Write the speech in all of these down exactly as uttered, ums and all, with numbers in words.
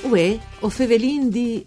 Uè, o fevelin di...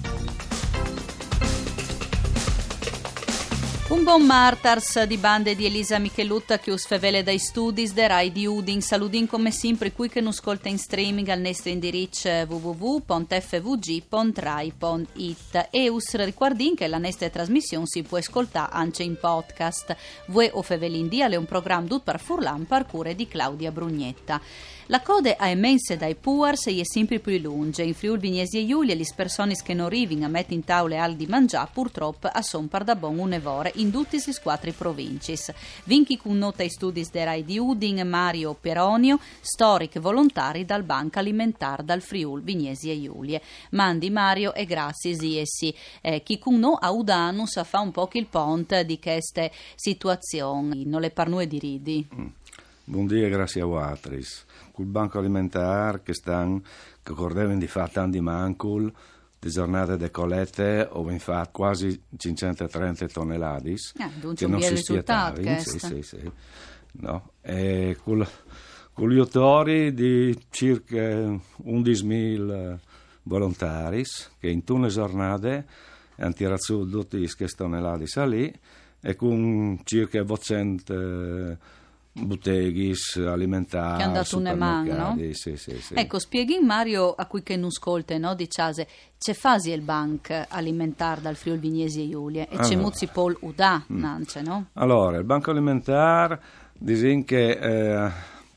Un buon martars di bande di Elisa Michelutta che us fevele dai studi de Rai di Udin. Saludin come sempre qui che non ascolta in streaming al nostro indirizzo w w w punto f v g punto rai punto i t e us ricordin che la nostra trasmissione si può ascoltare anche in podcast. Vue o fevelin di è un programma tutto per Furlan per cure di Claudia Brugnetta. La code a immense dai puars e è sempre più lunga. In Friuli Vignesi e Giulia, le persone che non arrivano a mettere in tavola al di mangiare, purtroppo, a son par da bon un'evore in tutte le quattro province. Vinchi con nota i studi de Rai di Udin, Mario Peronio, storico volontari dal Banco Alimentare dal Friuli Vignesi e Giulia. Mandi Mario e grazie sì e sì. Eh, chi con no a Udanus a fa un po' il ponte di queste situazioni. Non le parnue di ridi. Mm. Buongiorno, grazie a voi. Col Banco Alimentare che stanno, che correvano di fare tanti mancul, di giornate di collette, o in fatto quasi cinquecentotrenta tonnellate, ah, che non si spietavano. Sì, sì, sì. No? E con, con gli autori di circa undicimila volontari, che in tutte le giornate hanno tirato su tutte queste tonnellate lì, e con circa duecento botteghi alimentari, che hanno dato un man, no? Sì, sì, sì. Ecco, spieghi Mario a cui che non ascolta, no? Diciase, c'è fasi il Banco Alimentare dal Friuli Vignesi e Giulia e allora, c'è Muzzi Pol Udà, mm. nance, no? Allora, il Banco Alimentare dice che eh,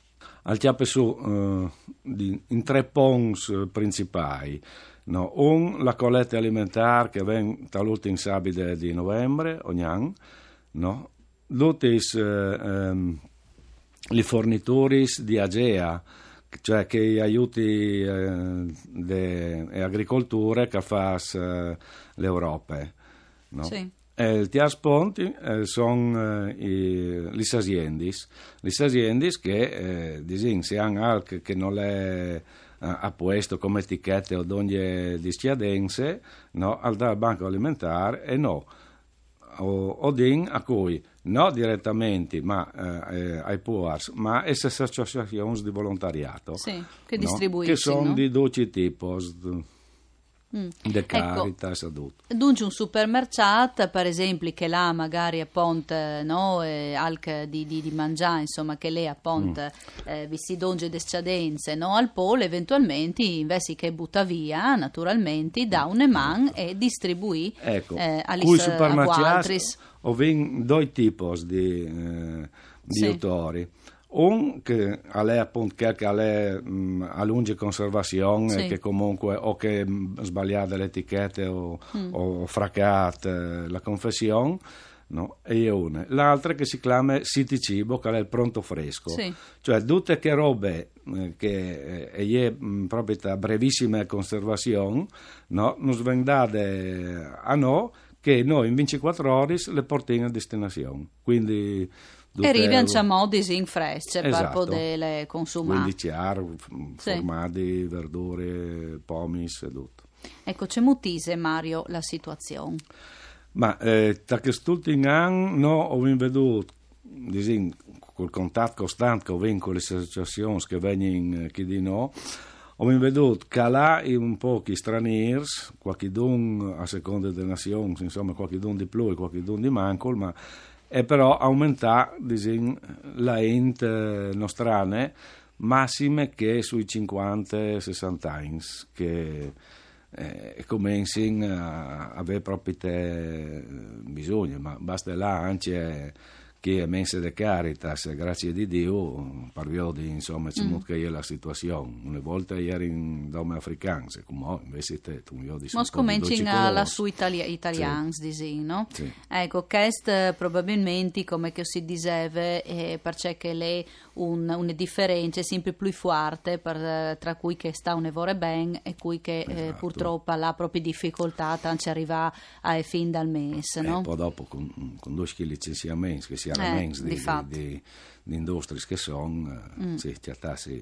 al chiappe su eh, di, in tre pons principali. No? Un, la colletta alimentare che viene dall'ultimo sabato di novembre ogni anno, no? L'ultis eh, ehm, i fornitori di Agea, cioè che gli aiuti eh, de agricolture che fa eh, l'Europa. No? Sì. E il Tias Ponti eh, sono eh, le aziende, le aziende che eh, dicono se hanno anche che non è a questo come etichette o ogni di sciadenze, no? Al dal Banco Alimentare e no. O, o din a cui non direttamente ma eh, ai P U A R S ma queste associazioni di volontariato, sì, che no? distribuiscono, che sono no? di dodici tipi mm. di Caritas ecco, adulto. Dunque un supermercato per esempio che là magari a Ponte no, eh, anche di, di, di mangiare insomma che lei a Ponte mm. eh, vi si donge de scadenze no, al polo eventualmente invece che butta via naturalmente da un eman e distribuì ecco, eh, cui supermercati o vin due tipi di, eh, di sì. autori. Un che ha appunto che ha a lunga conservazione sì. che comunque o che sbagliate le etichette o, mm. o fraccate la confezione, no? E una. L'altra che si chiama City Cibo, che è il pronto fresco, sì. Cioè tutte che robe eh, che è eh, proprio a brevissima conservazione, no? Non svendate a noi che noi in ventiquattro ore le portiamo a destinazione. Quindi e arriviamo a modi in fresche esatto. per poterle consumare. Quindi chiaro, formaggi, sì. verdure, pomis e tutto. Ecco, c'è mutise Mario la situazione? Ma eh, da quest'ultimo anno no, ho veduto disin, col contatto costante che ho avuto con le associazioni che vengono chi di no, ho veduto calare un po' gli stranieri, qualche don a seconda delle nazioni, insomma qualche don di più e qualche don di manco, ma e però aumentare disin, la ente nostrane massime che sui cinquanta sessanta anni che eh, cominciano a avere proprio te bisogno, ma basta là anche che è mensa de Caritas, grazie di Dio, parliamo di insomma c'è mm. che è la situazione. Una volta ieri in dome africano, come invece te tu mi di ma scominciano alla su italia, italiani, sì. Disi, no? Sì. Ecco, questo probabilmente come che si diceva eh, perché lei un, una differenza sempre più forte per, tra cui che sta un evore ben e cui che esatto. eh, purtroppo ha proprio difficoltà tanto arriva a fin dal mese, no? E poi dopo con, con due licenziamenti che si Eh, di, di, di, di industrie che sono, mm. sì, certo, sì,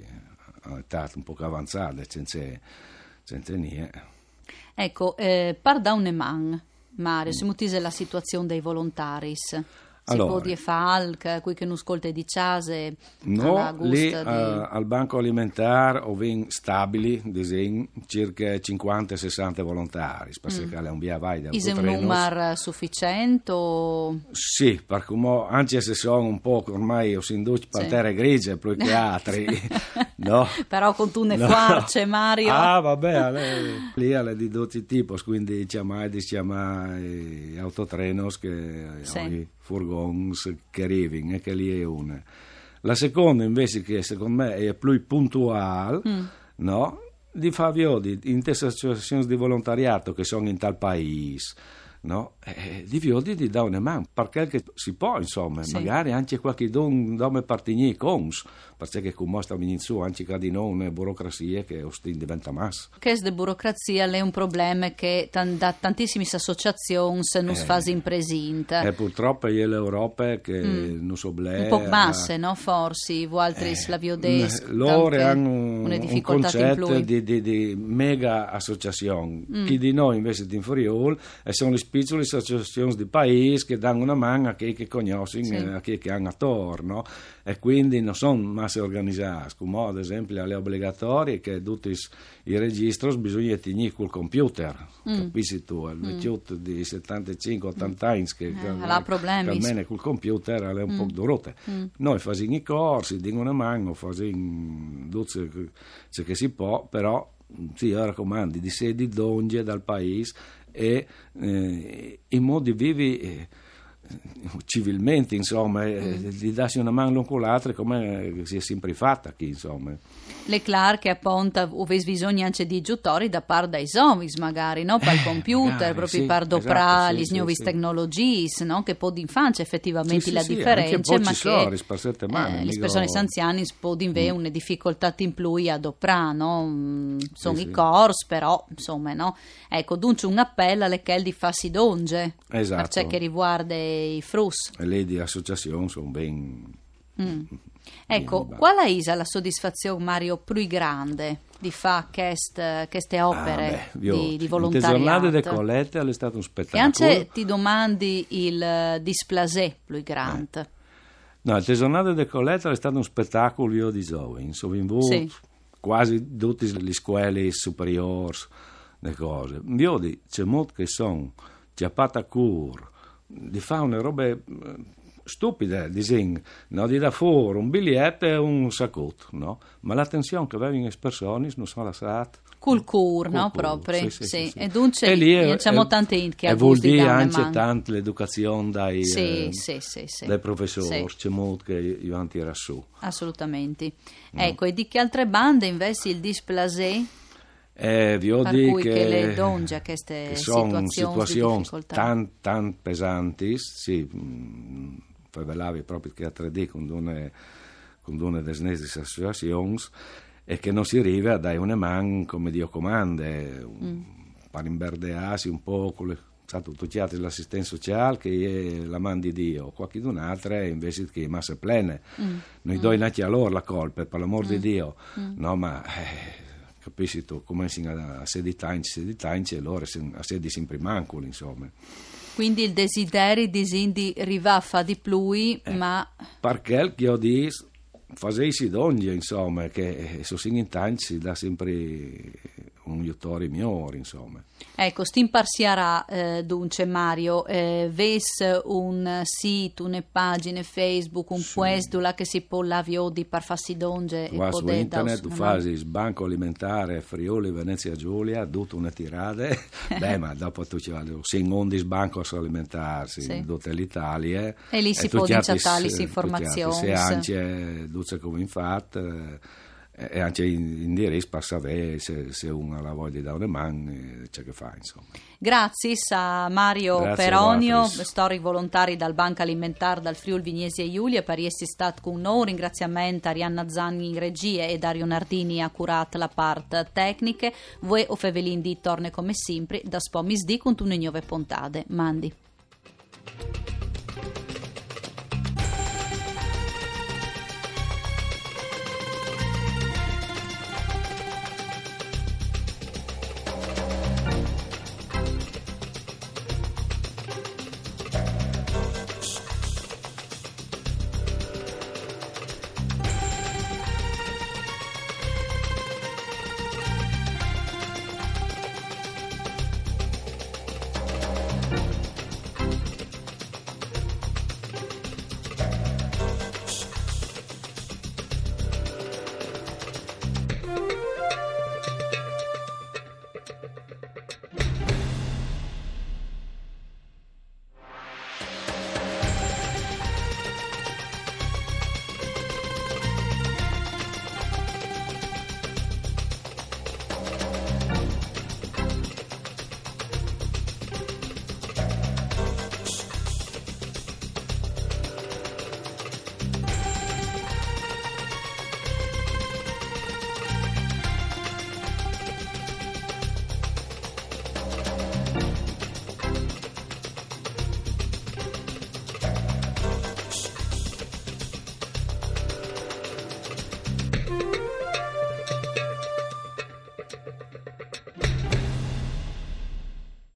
età un po' avanzata, senza, senza niente. Ecco, eh, par da un eman, Mario, mm. si mutise la situazione dei volontari. Si Allora, può dire falc, qui che non ascolta di case, no, alla gusta lì di... uh, al Banco Alimentare ho stabili, disegni, circa cinquanta sessanta volontari, perché mm. è un via vai da Is un numero sufficiente? O... Sì, perché mo, anche se sono un po' ormai ho sinduci per sì. terre grigie più che altri, no? Però con tu ne no. farce, Mario. Ah, vabbè, lei, lì è di tutti tipi, quindi chiamai di chiamare autotrenos che sì. furgons che arrivano, e che lì è una. La seconda invece che secondo me è più puntuale, mm. no? Di fare di associazioni di volontariato che sono in tal paese, no? Eh, di viodi di da una mano, perché che si può, insomma, sì. magari anche qualche don dome partigni cons, perché come sta venendo su anche che di non burocrazia che ostin diventa massa. Che è burocrazia è un problema che t- da tantissime associazioni non eh, si fa in presente. E purtroppo è l'Europa che mm. non so blè. Un po' masse, no? Forse, voi altri eh, slaviodeschi. Loro hanno un, un concetto di, di, di mega associazione. Mm. Chi di noi invece di inferiore e sono le piccole associazioni di paese che danno una mano a chi che conoscono, sì. a chi che hanno attorno, e quindi non sono masse organizzate, come ad esempio le obbligatorie che tutti i registri bisogna tenere col computer, mm. capisci tu, il vecchiotto mm. di settantacinque ottanta anni che eh, almeno col computer è un mm. po' durata. Mm. Noi facciamo i corsi, diamo una mano, facciamo tutto ciò che si può, però sì, io raccomando di sedi donge dal paese e eh, in modi vivi eh, civilmente, insomma, mm. di darsi una mano con l'altro come si è sempre fatta qui, insomma. Le clar che appunto avesse bisogno anche di giutori da parte dai zombis magari, no? Per il computer, magari, proprio sì, per doprà esatto, le sì, nuove sì, tecnologie, no? Che può di infanzia effettivamente sì, la sì, differenza, ma che so, mani, eh, le persone anziane possono avere mm. una difficoltà in più a doprà, no? Sono sì, i corsi, però, insomma, no? Ecco, dunque un appello alle che di farsi donge, esatto. per ciò che riguarda i frus. E le di associazioni sono ben... Mm. Ecco, qual è la soddisfazione, Mario, più grande di fare queste, queste opere ah, beh, di, di volontariato? Le giornate di collette è stato un spettacolo. E anche ti domandi il displasè più grande. Eh. No, le giornate di collette è stato un spettacolo io di giovani, sono in sì. quasi tutte le scuole superiori, le cose. Io di c'è molto che sono chiappata a cur, di fare una roba stupida, disegno, no? Di da fuori un biglietto e un saccotto, no? Ma l'attenzione che avevano le persone non sono lasciate. Col cur, no? Proprio, sì, sì, sì. sì, sì. E dunque e lì diciamo tante che e vuol dire anche tanto l'educazione dai, sì, eh, sì, sì, sì. dai professori, sì. c'è molto che io anche era su. Assolutamente. No. Ecco, e di che altre bande invece il displasè? Eh, vi ho per di cui che, che le donge a queste che sono situazioni, situazioni tan, tan pesanti, sì, mh, favelavi proprio che a tre D con due con due desnesi associazioni e che non si arriva a dare una mano come Dio comanda, mm. per imberdearsi un po' con le tutti altri l'assistenza sociale che è la mano di Dio, qualche un'altra invece che masse plene. Mm. Noi mm. doi nati a loro la colpa, per l'amor mm. di Dio, mm. no, ma eh, capisci tu, come si a sedici anni, sedici anni e loro a sedi sempre mancoli, insomma. Quindi il desiderio di rivaffa di plui, eh, ma... Perché che io dico, facessi d'ogni, insomma, che sono in tanti si dà sempre un aiutore migliore, insomma. Ecco, stimparsiarà eh, dunque Mario, eh, ves un sito, una pagina Facebook, un sì. puesto che si può lavio di per farsi donge e su internet tu fai Banco Alimentare Friuli Venezia Giulia, tutto una tirata, beh ma dopo tu ci vai, secondi Banco Alimentare sì. in tutta l'Italia e lì si può diciare le informazioni. Se anche duce come infatti e anche in indirizzo per sapere se, se uno ha la voglia di dare una mano c'è che fa, insomma. Grazie a Mario Grazie Peronio, storico volontari dal Banco Alimentare dal Friuli Vignesi e Giulia, per essere stato con noi. Ringraziamento a Arianna Zanni in regia e Dario Nardini ha curato la parte tecnica. Voi o Fevelin di torne come sempre da Spomisdi con una nuove puntate. Mandi.